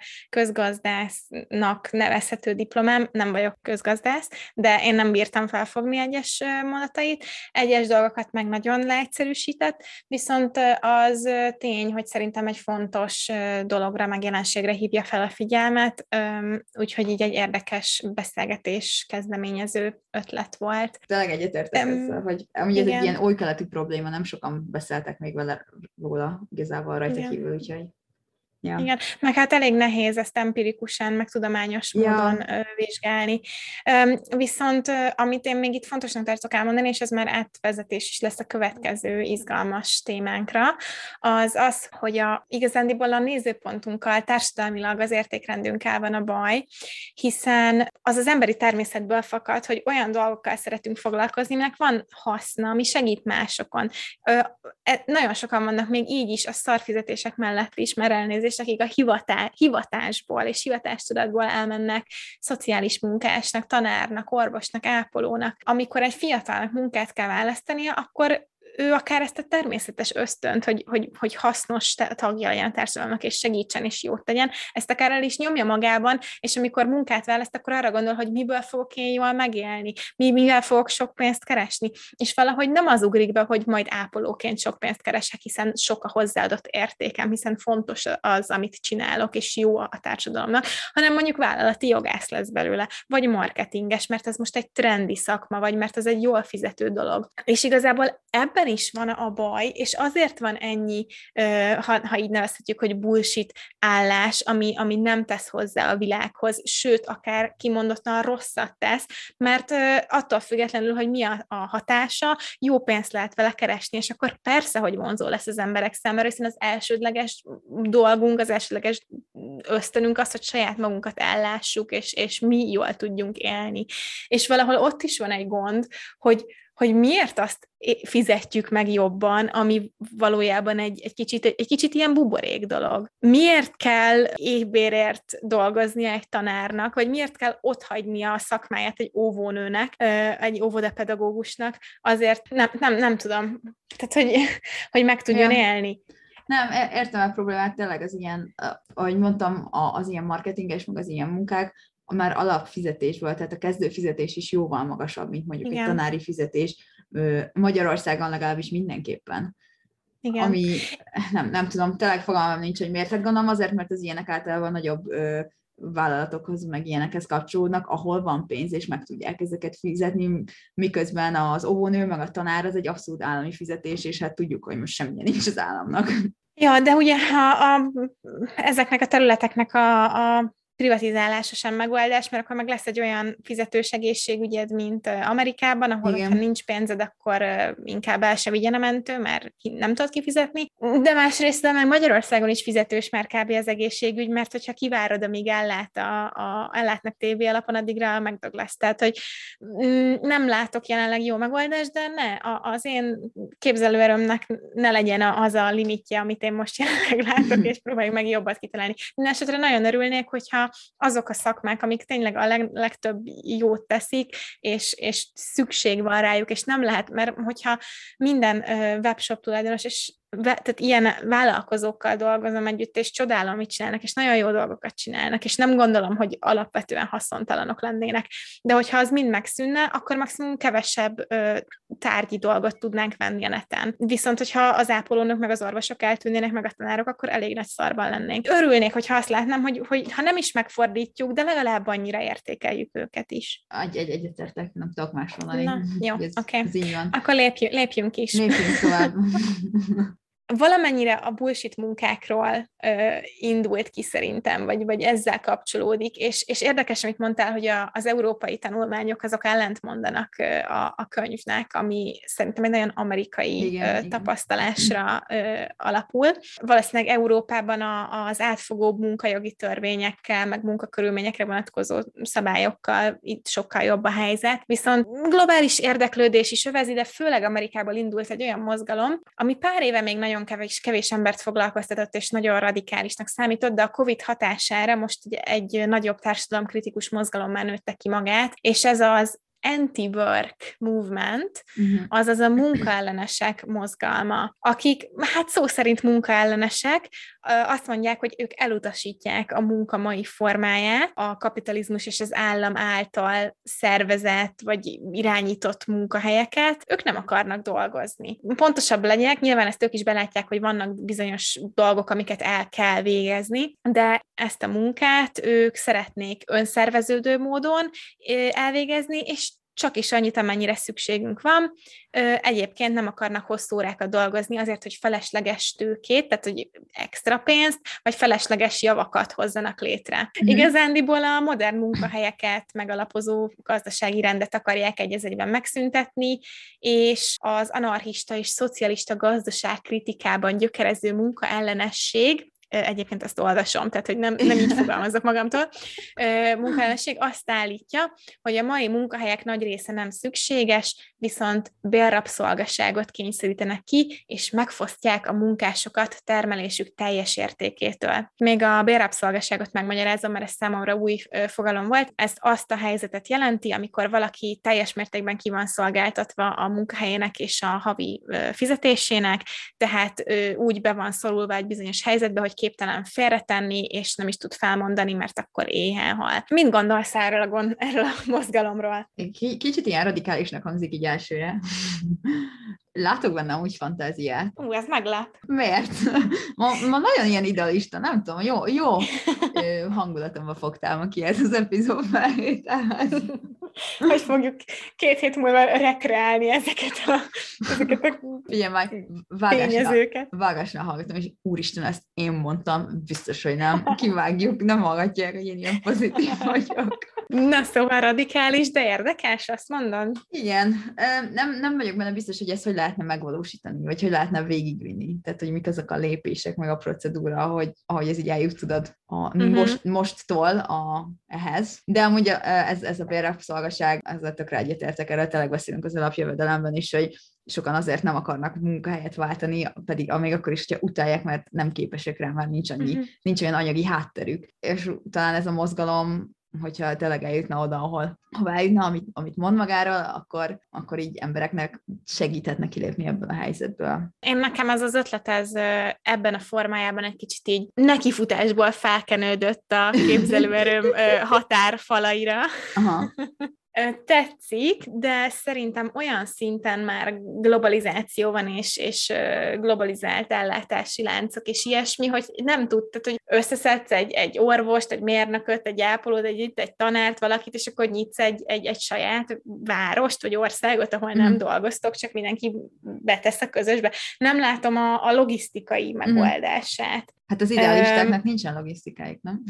közgazdásznak nevezhető diplomám, nem vagyok közgazdász, de én nem bírtam felfogni egyes mondatait, egyes dolgokat meg nagyon leegyszerűsített, viszont az tény, hogy szerintem egy fontos dologra, meg jelenségre hívja fel a figyelmet, úgyhogy így egy érdekes beszélgetés kezdeményező ötlet volt. Tényleg egyetértek um, ezzel, hogy amúgy ez egy ilyen oly keleti probléma, nem sokan beszéltek még vele róla igazából rajta igen. kívül, úgyhogy... Ja. Igen, meg hát elég nehéz ezt empirikusan, meg tudományos ja. módon ö, vizsgálni. Üm, viszont ö, amit én még itt fontosnak tartok elmondani, és ez már átvezetés is lesz a következő izgalmas témánkra, az az, hogy a, igazándiból a nézőpontunkkal társadalmilag az értékrendünkkel van a baj, hiszen az az emberi természetből fakad, hogy olyan dolgokkal szeretünk foglalkozni, aminek van haszna, ami segít másokon. Ö, e, nagyon sokan vannak még így is a szarfizetések mellett is, mert elnézést, akik a hivatá, hivatásból és hivatástudatból elmennek szociális munkásnak, tanárnak, orvosnak, ápolónak. Amikor egy fiatalnak munkát kell választania, akkor ő akár ezt a természetes ösztönt, hogy, hogy, hogy hasznos tagja legyen a társadalomnak, és segítsen, és jót tegyen, ezt akár el is nyomja magában, és amikor munkát választ, akkor arra gondol, hogy miből fogok én jól megélni, mi, mivel fogok sok pénzt keresni, és valahogy nem az ugrik be, hogy majd ápolóként sok pénzt keresek, hiszen sok a hozzáadott értékem, hiszen fontos az, amit csinálok, és jó a társadalomnak, hanem mondjuk vállalati jogász lesz belőle, vagy marketinges, mert ez most egy trendi szakma, vagy mert ez egy jól fizető dolog. És igazából ebben is van a baj, és azért van ennyi, ha, ha így nevezhetjük, hogy bullshit állás, ami, ami nem tesz hozzá a világhoz, sőt, akár kimondottan rosszat tesz, mert attól függetlenül, hogy mi a, a hatása, jó pénzt lehet vele keresni, és akkor persze, hogy vonzó lesz az emberek számára, hiszen az elsődleges dolgunk, az elsődleges ösztönünk az, hogy saját magunkat ellássuk, és, és mi jól tudjunk élni. És valahol ott is van egy gond, hogy hogy miért azt fizetjük meg jobban, ami valójában egy, egy, kicsit, egy kicsit ilyen buborék dolog. Miért kell éhbérért dolgoznia egy tanárnak, vagy miért kell otthagynia a szakmáját egy óvónőnek, egy óvodapedagógusnak, azért nem, nem, nem tudom, tehát hogy, hogy meg tudjon ja. élni. Nem, értem a problémát, tényleg az ilyen, ahogy mondtam, az ilyen marketinges, meg az ilyen munkák, már alapfizetés volt, tehát a kezdőfizetés is jóval magasabb, mint mondjuk Igen. egy tanári fizetés, Magyarországon legalábbis mindenképpen. Igen. Ami, nem, nem tudom, tényleg fogalmam nincs, hogy miért. Tehát gondolom azért, mert az ilyenek általában nagyobb ö, vállalatokhoz, meg ilyenekhez kapcsolódnak, ahol van pénz, és meg tudják ezeket fizetni, miközben az óvónő, meg a tanár az egy abszolút állami fizetés, és hát tudjuk, hogy most semmilyen nincs az államnak. Ja, de ugye a, a, ezeknek a területeknek a, a privatizálása sem megoldás, mert akkor meg lesz egy olyan fizetős egészségügyed, mint Amerikában, ahol ha nincs pénzed, akkor inkább el se vigyen a mentő, mert nem tudod kifizetni. De másrészt meg Magyarországon is fizetős már kb. Az egészségügy, mert hogyha kivárod, amíg ellát a, a, ellátnak tévé alapon, addigra megdög lesz. Tehát, hogy nem látok jelenleg jó megoldást, de ne, az én képzelőerőmnek ne legyen az a limitje, amit én most jelenleg látok, és próbáljuk meg jobbat kitalálni. Mindenesetre nagyon örülnék, hogyha azok a szakmák, amik tényleg a leg, legtöbb jót teszik, és, és szükség van rájuk, és nem lehet, mert hogyha minden uh, webshop tulajdonos, és tehát ilyen vállalkozókkal dolgozom együtt, és csodálom, mit csinálnak, és nagyon jó dolgokat csinálnak, és nem gondolom, hogy alapvetően haszontalanok lennének. De hogyha az mind megszűnne, akkor maximum kevesebb ö, tárgyi dolgot tudnánk venni a neten. Viszont, hogyha az ápolónők meg az orvosok eltűnnének, meg a tanárok, akkor elég nagy szarban lennénk. Örülnék, hogyha azt látnám, hogy, hogy ha nem is megfordítjuk, de legalább annyira értékeljük őket is. Egy, egy, egyetértek, nem tudok más mondani. Na, jó, oké. Okay. Ez akkor lépjünk, lépjünk is. Lépjünk tovább. Valamennyire a bullshit munkákról ö, indult ki szerintem, vagy, vagy ezzel kapcsolódik, és, és érdekes, amit mondtál, hogy a, az európai tanulmányok azok ellentmondanak ö, a, a könyvnek, ami szerintem egy nagyon amerikai igen, ö, tapasztalásra ö, alapul. Valószínűleg Európában a, az átfogóbb munkajogi törvényekkel, meg munkakörülményekre vonatkozó szabályokkal itt sokkal jobb a helyzet, viszont globális érdeklődés is övezi, de főleg Amerikából indult egy olyan mozgalom, ami pár éve még nagyon kevés, kevés embert foglalkoztatott, és nagyon radikálisnak számított, de a Covid hatására most egy nagyobb társadalomkritikus mozgalommá nőtte ki magát, és ez az anti-work movement, uh-huh. azaz a munkaellenesek mozgalma, akik hát szó szerint munkaellenesek, azt mondják, hogy ők elutasítják a munka mai formáját, a kapitalizmus és az állam által szervezett vagy irányított munkahelyeket, ők nem akarnak dolgozni. Pontosabb legyek, nyilván ezt ők is belátják, hogy vannak bizonyos dolgok, amiket el kell végezni, de ezt a munkát ők szeretnék önszerveződő módon elvégezni, és csak is annyit, amennyire szükségünk van. Egyébként nem akarnak hosszú órákat dolgozni azért, hogy felesleges tőkét, tehát hogy extra pénzt, vagy felesleges javakat hozzanak létre. Mm-hmm. Igazándiból a modern munkahelyeket megalapozó gazdasági rendet akarják egy az egyben megszüntetni, és az anarchista és szocialista gazdaság kritikában gyökerező munkaellenesség, egyébként ezt olvasom, tehát hogy nem, nem így fogalmazok magamtól, munkaellenség azt állítja, hogy a mai munkahelyek nagy része nem szükséges, viszont bérrabszolgaságot kényszerítenek ki, és megfosztják a munkásokat termelésük teljes értékétől. Még a bérrabszolgaságot megmagyarázom, mert ez számomra új fogalom volt. Ez azt a helyzetet jelenti, amikor valaki teljes mértékben ki van szolgáltatva a munkahelyének és a havi fizetésének, tehát úgy be van szorulva egy bizonyos helyzetbe, hogy képtelen félretenni, és nem is tud felmondani, mert akkor éhen hal. Mit gondolsz erről a, gond, erről a mozgalomról? K- kicsit ilyen radikálisnak hangzik így elsőre. Látok benne úgy fantáziát. Ú, ez meglep. Miért? Ma, ma nagyon ilyen idealista, nem tudom, jó, jó hangulatomba fogtál ma ki ez az epizód felvételhez. Hogy fogjuk két hét múlva rekreálni ezeket a, ezeket a Figyelj, már tényezőket. Vágásnál hallgatom, és úristen, ezt én mondtam, biztos, hogy nem. Kivágjuk, nem hallgatják, hogy én ilyen pozitív vagyok. Na, szóval radikális, de érdekes, azt mondod? Igen, nem, nem vagyok benne biztos, hogy ezt hogy lehetne megvalósítani, vagy hogy lehetne végigvinni. Tehát, hogy mik azok a lépések, meg a procedúra, hogy ahogy ez így eljut, tudod, a, uh-huh. most, mosttól a, ehhez. De amúgy ez, ez a bérrabszolgaság, ezzel tökre egyetértek, erről tényleg beszélünk az alapjövedelemben is, hogy sokan azért nem akarnak munkahelyet váltani, pedig még akkor is, hogyha utálják, mert nem képesek rá, már nincs, annyi, uh-huh. nincs olyan anyagi hátterük. És talán ez a mozgalom, hogyha tényleg eljutna oda, ahol ha eljutna, amit, amit mond magáról, akkor, akkor így embereknek segíthetne kilépni ebből a helyzetből. Én nekem ez az ötlet, ez ebben a formájában egy kicsit így nekifutásból felkenődött a képzelőerőm határfalaira. Aha. Tetszik, de szerintem olyan szinten már globalizáció van, és, és globalizált ellátási láncok, és ilyesmi, hogy nem tudtad, hogy összeszedsz egy, egy orvost, egy mérnököt, egy ápolót, egy, egy tanárt, valakit, és akkor nyitsz egy, egy, egy saját várost, vagy országot, ahol nem mm. dolgoztok, csak mindenki betesz a közösbe. Nem látom a, a logisztikai megoldását. Hát az idealistáknak um, nincsen logisztikájuk, nem?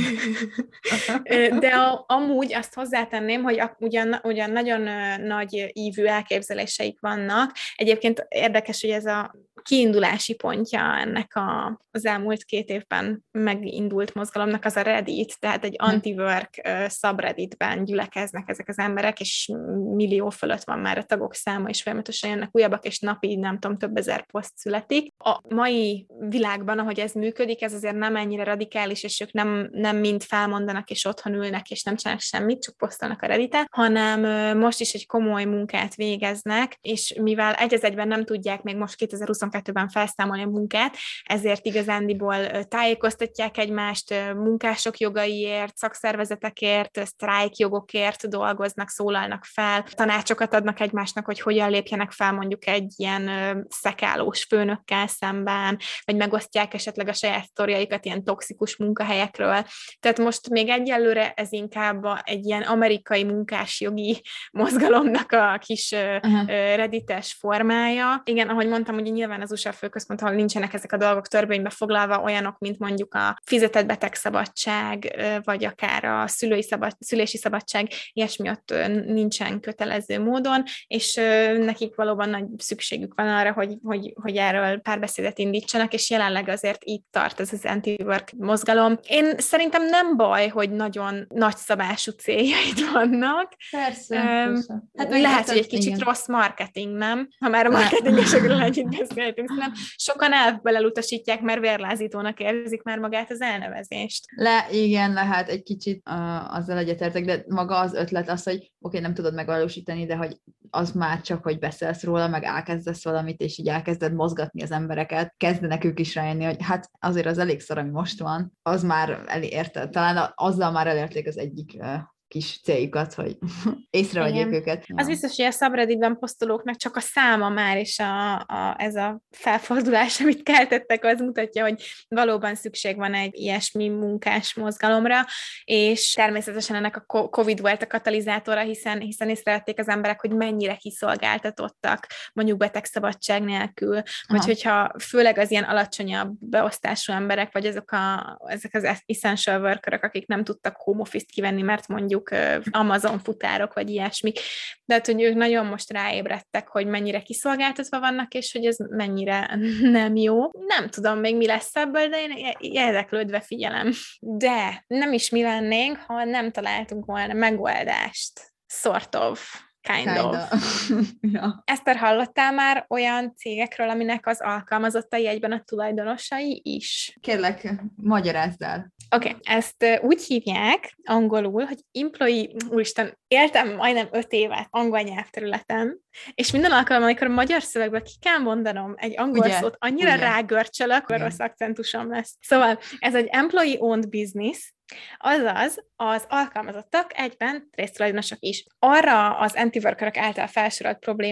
De a, amúgy azt hozzátenném, hogy a, ugyan, ugyan nagyon nagy ívű elképzeléseik vannak. Egyébként érdekes, hogy ez a kiindulási pontja ennek a, az elmúlt két évben megindult mozgalomnak az a Reddit, tehát egy anti-work uh, subredditben gyülekeznek ezek az emberek, és millió fölött van már a tagok száma, és folyamatosan jönnek újabbak, és napi, nem tudom, több ezer poszt születik. A mai világban, ahogy ez működik, ez azért nem ennyire radikális, és ők nem, nem mind felmondanak, és otthon ülnek, és nem csinálnak semmit, csak posztolnak a Redditen, hanem uh, most is egy komoly munkát végeznek, és mivel egy az egyben nem tudják még most kétezer-huszonkettőben felszámolni a munkát, ezért igazándiból tájékoztatják egymást, munkások jogaiért, szakszervezetekért, sztrájkjogokért dolgoznak, szólalnak fel, tanácsokat adnak egymásnak, hogy hogyan lépjenek fel mondjuk egy ilyen szekálós főnökkel szemben, vagy megosztják esetleg a saját sztoriaikat ilyen toxikus munkahelyekről. Tehát most még egyelőre ez inkább egy ilyen amerikai munkásjogi mozgalomnak a kis uh-huh. reddites formája. Igen, ahogy mondtam, hogy nyilván az u es á főközpont, ahol nincsenek ezek a dolgok törvénybe foglalva, olyanok, mint mondjuk a fizetett betegszabadság, vagy akár a szülői szabad, szülési szabadság, ilyesmi ott nincsen kötelező módon, és nekik valóban nagy szükségük van arra, hogy, hogy, hogy erről párbeszédet indítsanak, és jelenleg azért itt tart ez az anti-work mozgalom. Én szerintem nem baj, hogy nagyon nagyszabású céljaid vannak. Persze, um, persze. Hát lehet, hogy egy kicsit igen. rossz marketing, nem? Ha már a marketingesekről együtt beszéltünk, nem? Sokan elfből elutasítják, mert vérlázítónak érzik már magát az elnevezést. Le, igen, lehet egy kicsit uh, azzal egyetértek, de maga az ötlet az, hogy oké, okay, nem tudod megvalósítani, de hogy az már csak, hogy beszélsz róla, meg elkezdesz valamit, és így elkezded mozgatni az embereket, kezdenek ők is rájönni, hogy hát azért az elég szar, ami most van, az már elérte, talán azzal már elérték az egyik uh, kis céljukat, hogy észrevegyék őket. Az ja. biztos, hogy a subredditben posztolóknak csak a száma már, és a, a, ez a felfordulás, amit keltettek, az mutatja, hogy valóban szükség van egy ilyesmi munkás mozgalomra, és természetesen ennek a Covid volt a katalizátora, hiszen, hiszen észrevették az emberek, hogy mennyire kiszolgáltatottak, mondjuk betegszabadság nélkül, Aha. vagy hogyha főleg az ilyen alacsonyabb beosztású emberek, vagy ezek, a, ezek az essential workerök, akik nem tudtak home office-t kivenni, mert mondjuk Amazon futárok, vagy ilyesmi. De hát, hogy ők nagyon most ráébredtek, hogy mennyire kiszolgáltatva vannak, és hogy ez mennyire nem jó. Nem tudom még mi lesz ebből, de én érdeklődve figyelem. De nem is mi lennénk, ha nem találtunk volna megoldást. Sort of. Kind, kind of. of. ja. Eszter, hallottál már olyan cégekről, aminek az alkalmazottai egyben a tulajdonosai is? Kérlek, magyarázd el. Oké, okay. Ezt úgy hívják angolul, hogy employee, úristen, éltem majdnem öt évet angol nyelvterületen, és minden alkalommal, amikor a magyar szövegben ki kell mondanom egy angol ugye? szót, annyira ugye? rágörcsölök, hogy rossz akcentusom lesz. Szóval ez egy employee-owned business, azaz az alkalmazottak egyben résztulajdonosok is. Arra az anti-workerök által felsorolt problémák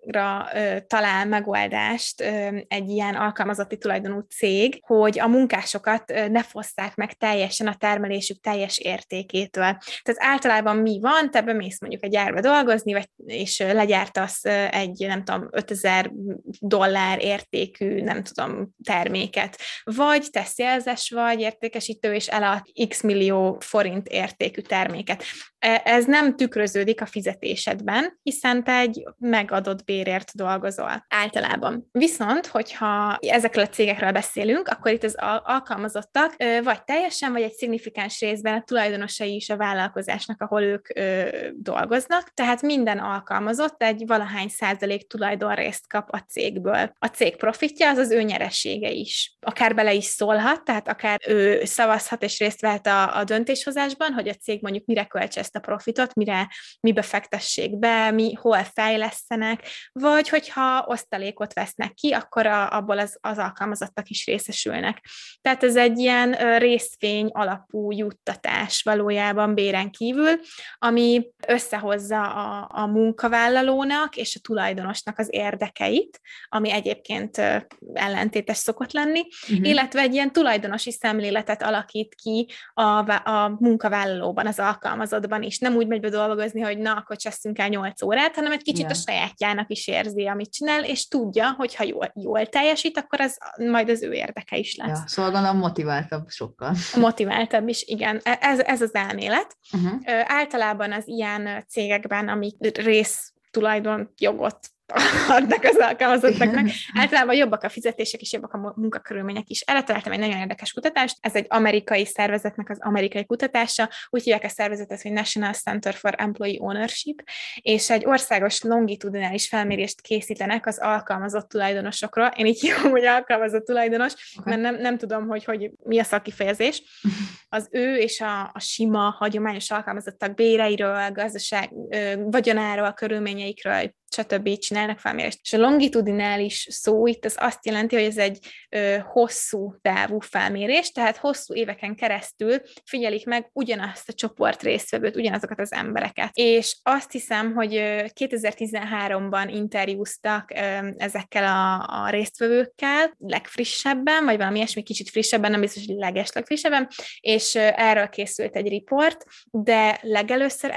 arra ö, talál megoldást ö, egy ilyen alkalmazotti tulajdonú cég, hogy a munkásokat ö, ne fosszák meg teljesen a termelésük teljes értékétől. Tehát általában mi van, te bemész mondjuk egy gyárba dolgozni, vagy, és ö, legyártasz ö, egy, nem tudom, ötezer dollár értékű, nem tudom, terméket. Vagy te szélzes vagy, értékesítő, és elad x millió forint értékű terméket. Ez nem tükröződik a fizetésedben, hiszen te egy megadott bérért dolgozol általában. Viszont, hogyha ezekről a cégekről beszélünk, akkor itt az alkalmazottak vagy teljesen, vagy egy szignifikáns részben a tulajdonosai is a vállalkozásnak, ahol ők dolgoznak, tehát minden alkalmazott egy valahány százalék tulajdonrészt kap a cégből. A cég profitja az az ő nyeressége is. Akár bele is szólhat, tehát akár ő szavazhat és részt vehet a, a döntéshozásban, hogy a cég mondjuk mire költse ezt a profitot, mire, mibe fektessék be, mi, hol fejlesztenek, vagy hogyha osztalékot vesznek ki, akkor a, abból az, az alkalmazottak is részesülnek. Tehát ez egy ilyen részvény alapú juttatás valójában béren kívül, ami összehozza a, a munkavállalónak és a tulajdonosnak az érdekeit, ami egyébként ellentétes szokott lenni, uh-huh. illetve egy ilyen tulajdonosi szemléletet alakít ki a, a munkavállalóban, az alkalmazottban is. Nem úgy megy be dolgozni, hogy na, akkor cseszünk el nyolc órát, hanem egy kicsit yeah. a sajátjának is érzi, amit csinál, és tudja, hogy ha jól, jól teljesít, akkor ez majd az ő érdeke is lesz. Ja, szóval gondolom motiváltabb sokkal. Motiváltabb is, igen. Ez, ez az elmélet. Uh-huh. Általában az ilyen cégekben, amik rész tulajdonjogot adnak az alkalmazottaknak. Általában jobbak a fizetések és jobbak a munkakörülmények is. Erre találtam egy nagyon érdekes kutatást. Ez egy amerikai szervezetnek az amerikai kutatása. Úgy hívják a szervezetet, hogy National Center for Employee Ownership, és egy országos longitudinális felmérést készítenek az alkalmazott tulajdonosokról. Én így hívom, hogy alkalmazott tulajdonos, okay. mert nem, nem tudom, hogy, hogy mi a szakkifejezés. Az ő és a, a sima, hagyományos alkalmazottak béreiről, gazdaság, vagyonáról, körülményeikről, stb. Csinálnak felmérést. És a longitudinális szó itt az azt jelenti, hogy ez egy ö, hosszú távú felmérés, tehát hosszú éveken keresztül figyelik meg ugyanazt a csoport résztvevőt, ugyanazokat az embereket. És azt hiszem, hogy kétezer-tizenháromban interjúztak ö, ezekkel a, a résztvevőkkel, legfrissebben, vagy valami ilyesmi kicsit frissebben, nem biztos, hogy legeslegfrissebben, és ö, erről készült egy riport, de legelőször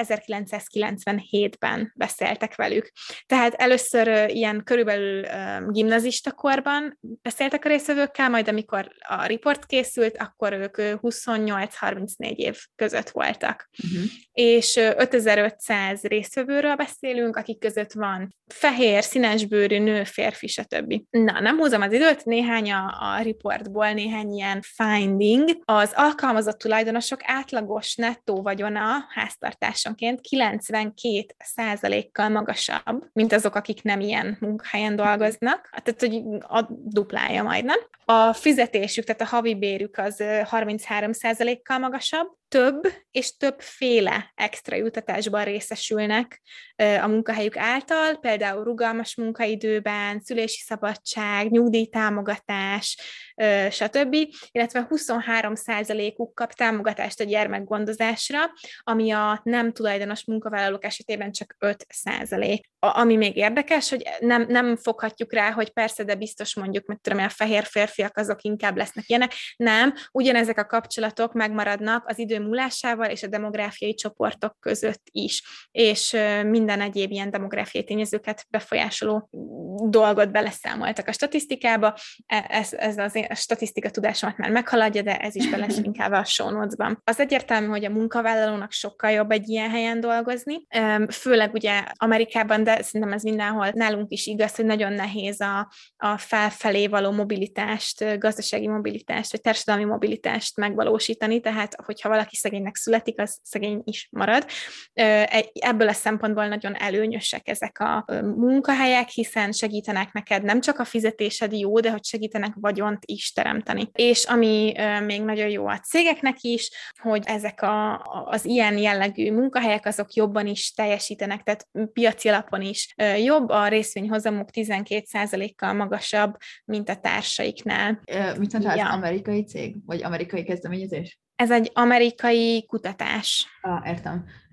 ezerkilencszázkilencvenhétben beszéltek velük. Tehát először uh, ilyen körülbelül uh, gimnazista korban beszéltek a résztvevőkkel, majd amikor a riport készült, akkor ők uh, huszonnyolc-harmincnégy év között voltak. Uh-huh. És uh, ötezer-ötszáz résztvevőről beszélünk, akik között van fehér, színesbőrű nő, férfi, stb. Na, nem húzom az időt, néhány a, a riportból, néhány ilyen finding. Az alkalmazott tulajdonosok átlagos nettó vagyona háztartásonként kilencvenkét százalékkal magasabb, mint azok, akik nem ilyen munkahelyen dolgoznak. Tehát, hogy a duplája majdnem. A fizetésük, tehát a havi bérük az harminchárom százalékkal magasabb, több és többféle extra jutatásban részesülnek a munkahelyük által, például rugalmas munkaidőben, szülési szabadság, nyugdíjtámogatás, stb., illetve huszonhárom százalékuk kap támogatást a gyermekgondozásra, ami a nem tulajdonos munkavállalók esetében csak öt százalék. Ami még érdekes, hogy nem, nem foghatjuk rá, hogy persze, de biztos mondjuk, mert tudom, a fehér férfiak azok inkább lesznek ilyenek. Nem, ugyanezek a kapcsolatok megmaradnak az idő múlásával és a demográfiai csoportok között is, és minden egyéb ilyen demográfiai tényezőket befolyásoló dolgot beleszámoltak a statisztikába. Ez, ez az a statisztika tudásomat már meghaladja, de ez is be lesz inkább a show notes-ban. Az egyértelmű, hogy a munkavállalónak sokkal jobb egy ilyen helyen dolgozni, főleg ugye Amerikában, de szerintem ez mindenhol nálunk is igaz, hogy nagyon nehéz a, a felfelé való mobilitást, gazdasági mobilitást, vagy társadalmi mobilitást megvalósítani, tehát hogyha valaki szegénynek születik, az szegény is marad. Ebből a szempontból nagyon előnyösek ezek a munkahelyek, hiszen segítenek neked nem csak a fizetésed jó, de hogy segítenek vagyont is teremteni. És ami még nagyon jó a cégeknek is, hogy ezek a, az ilyen jellegű munkahelyek azok jobban is teljesítenek, tehát piaci alapon is jobb, a részvényhozamuk tizenkét százalékkal magasabb, mint a társaiknál. Mit mondtál, ja. Amerikai cég? Vagy amerikai kezdeményezés? Ez egy amerikai kutatás. Ah, értem.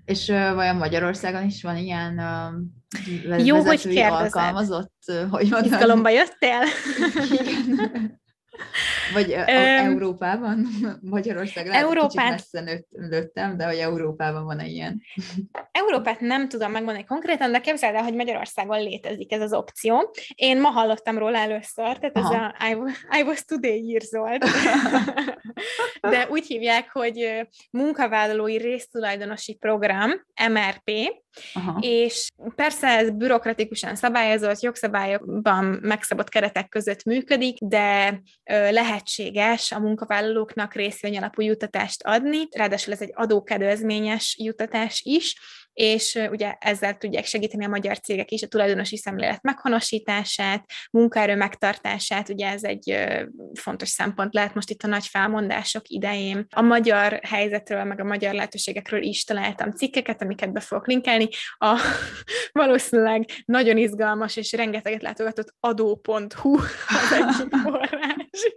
És uh, vajon Magyarországon is van ilyen uh, Jó, vezetői alkalmazott? Uh, hogy Izgalomba jöttél? Igen. Vagy uh, Európában? Magyarország lehet, Európát... kicsit messze nőtt, nőttem, de hogy Európában van-e ilyen? Európát nem tudom megmondani konkrétan, de képzeld el, hogy Magyarországon létezik ez az opció. Én ma hallottam róla először, tehát Aha. ez a I, I was today years old. De úgy hívják, hogy munkavállalói résztulajdonosi program, em er pé, Aha. és persze ez bürokratikusan szabályozott, jogszabályokban megszabott keretek között működik, de lehetséges a munkavállalóknak részvény alapú juttatást adni, ráadásul ez egy adókedvezményes juttatás is, és ugye ezzel tudják segíteni a magyar cégek is a tulajdonosi szemlélet meghonosítását, munkaerő megtartását, ugye ez egy fontos szempont lehet most itt a nagy felmondások idején. A magyar helyzetről, meg a magyar lehetőségekről is találtam cikkeket, amiket be fogok linkelni. A valószínűleg nagyon izgalmas és rengeteget látogatott adó pont hu az egyik forrás.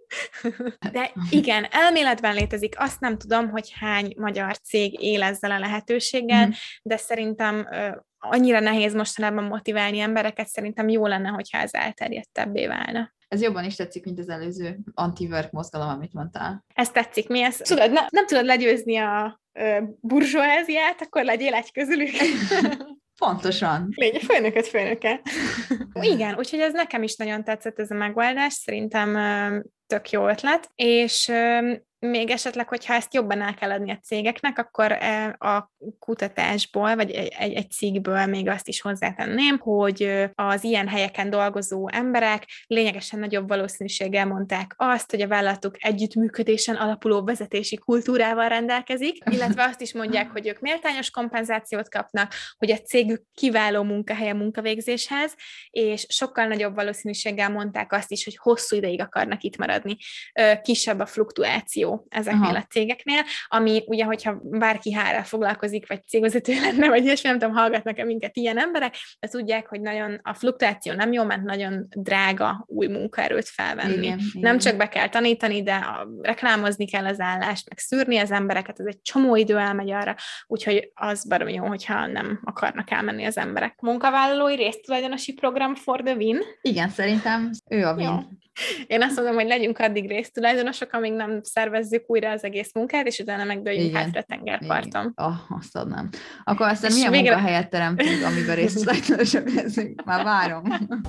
De igen, elméletben létezik, azt nem tudom, hogy hány magyar cég él ezzel a lehetőséggel, mm. de szerintem uh, annyira nehéz mostanában motiválni embereket, szerintem jó lenne, hogyha ez elterjedtebbé válna. Ez jobban is tetszik, mint az előző anti-work mozgalom, amit mondtál. Ez tetszik, mi ez? Tudod, ne, nem tudod legyőzni a uh, burzsóáziát, akkor legyél egy közülük. Pontosan. Légy a főnököt főnöke. Igen, úgyhogy ez nekem is nagyon tetszett ez a megoldás, szerintem uh, tök jó ötlet, és uh, még esetleg, hogyha ezt jobban el kell adni a cégeknek, akkor a kutatásból, vagy egy, egy cikkből még azt is hozzátenném, hogy az ilyen helyeken dolgozó emberek lényegesen nagyobb valószínűséggel mondták azt, hogy a vállalatuk együttműködésen alapuló vezetési kultúrával rendelkezik, illetve azt is mondják, hogy ők méltányos kompenzációt kapnak, hogy a cégük kiváló munkahelye munkavégzéshez, és sokkal nagyobb valószínűséggel mondták azt is, hogy hosszú ideig akarnak itt maradni. Kisebb a fluktuáció ezeknél Aha. a cégeknél, ami ugye, hogyha bárki há er-rel foglalkozik, vagy cégvezető lenne, vagy ilyesmi, nem tudom, hallgatnak-e minket ilyen emberek, de tudják, hogy nagyon a fluktuáció nem jó, mert nagyon drága új munkaerőt felvenni. Igen, nem igen. csak be kell tanítani, de a, reklámozni kell az állást, meg szűrni az embereket, ez egy csomó idő elmegy arra, úgyhogy az baromi jó, hogyha nem akarnak elmenni az emberek. Munkavállalói résztulajdonosi program for the win. Igen, szerintem ő a win. Jó. Én azt mondom, hogy legyünk addig résztulajdonosok, amíg nem szervezzük újra az egész munkát, és utána megdőljünk hátra tengerparton. Oh, azt adnám. Akkor aztán milyen végre... munkahelyet teremtünk, amiben résztulajdonosok leszünk? Már várom.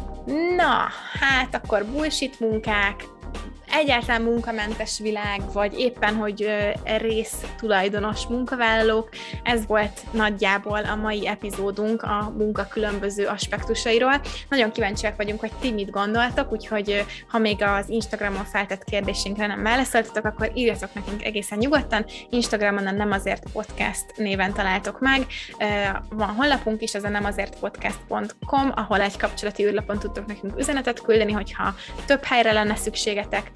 Na, hát akkor bullshit munkák, egyáltalán munkamentes világ, vagy éppen, hogy résztulajdonos munkavállalók. Ez volt nagyjából a mai epizódunk a munka különböző aspektusairól. Nagyon kíváncsiak vagyunk, hogy ti mit gondoltok, úgyhogy ha még az Instagramon feltett kérdésünkre nem válaszoltatok, akkor írjatok nekünk egészen nyugodtan. Instagramon a Nem Azért Podcast néven találtok meg. Van honlapunk is, az a nem azért podcast pont com, ahol egy kapcsolati űrlapon tudtok nekünk üzenetet küldeni, hogyha több helyre lenne szükségetek.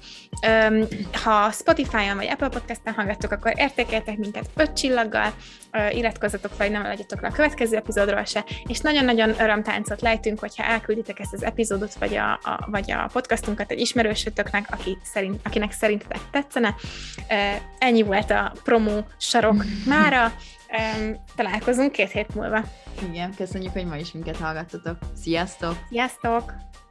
Ha Spotify-on vagy Apple Podcast-en hallgattok, akkor értékeltek minket öt csillaggal, iratkozzatok fel, hogy nem legyetek le a következő epizódról se, és nagyon-nagyon örömtáncot lejtünk, hogyha elkülditek ezt az epizódot, vagy a, a, vagy a podcastunkat egy ismerősötöknek, aki szerint, akinek szerintetek tetszene. Ennyi volt a promó sarok mára. Találkozunk két hét múlva. Igen, köszönjük, hogy ma is minket hallgattatok. Sziasztok! Sziasztok!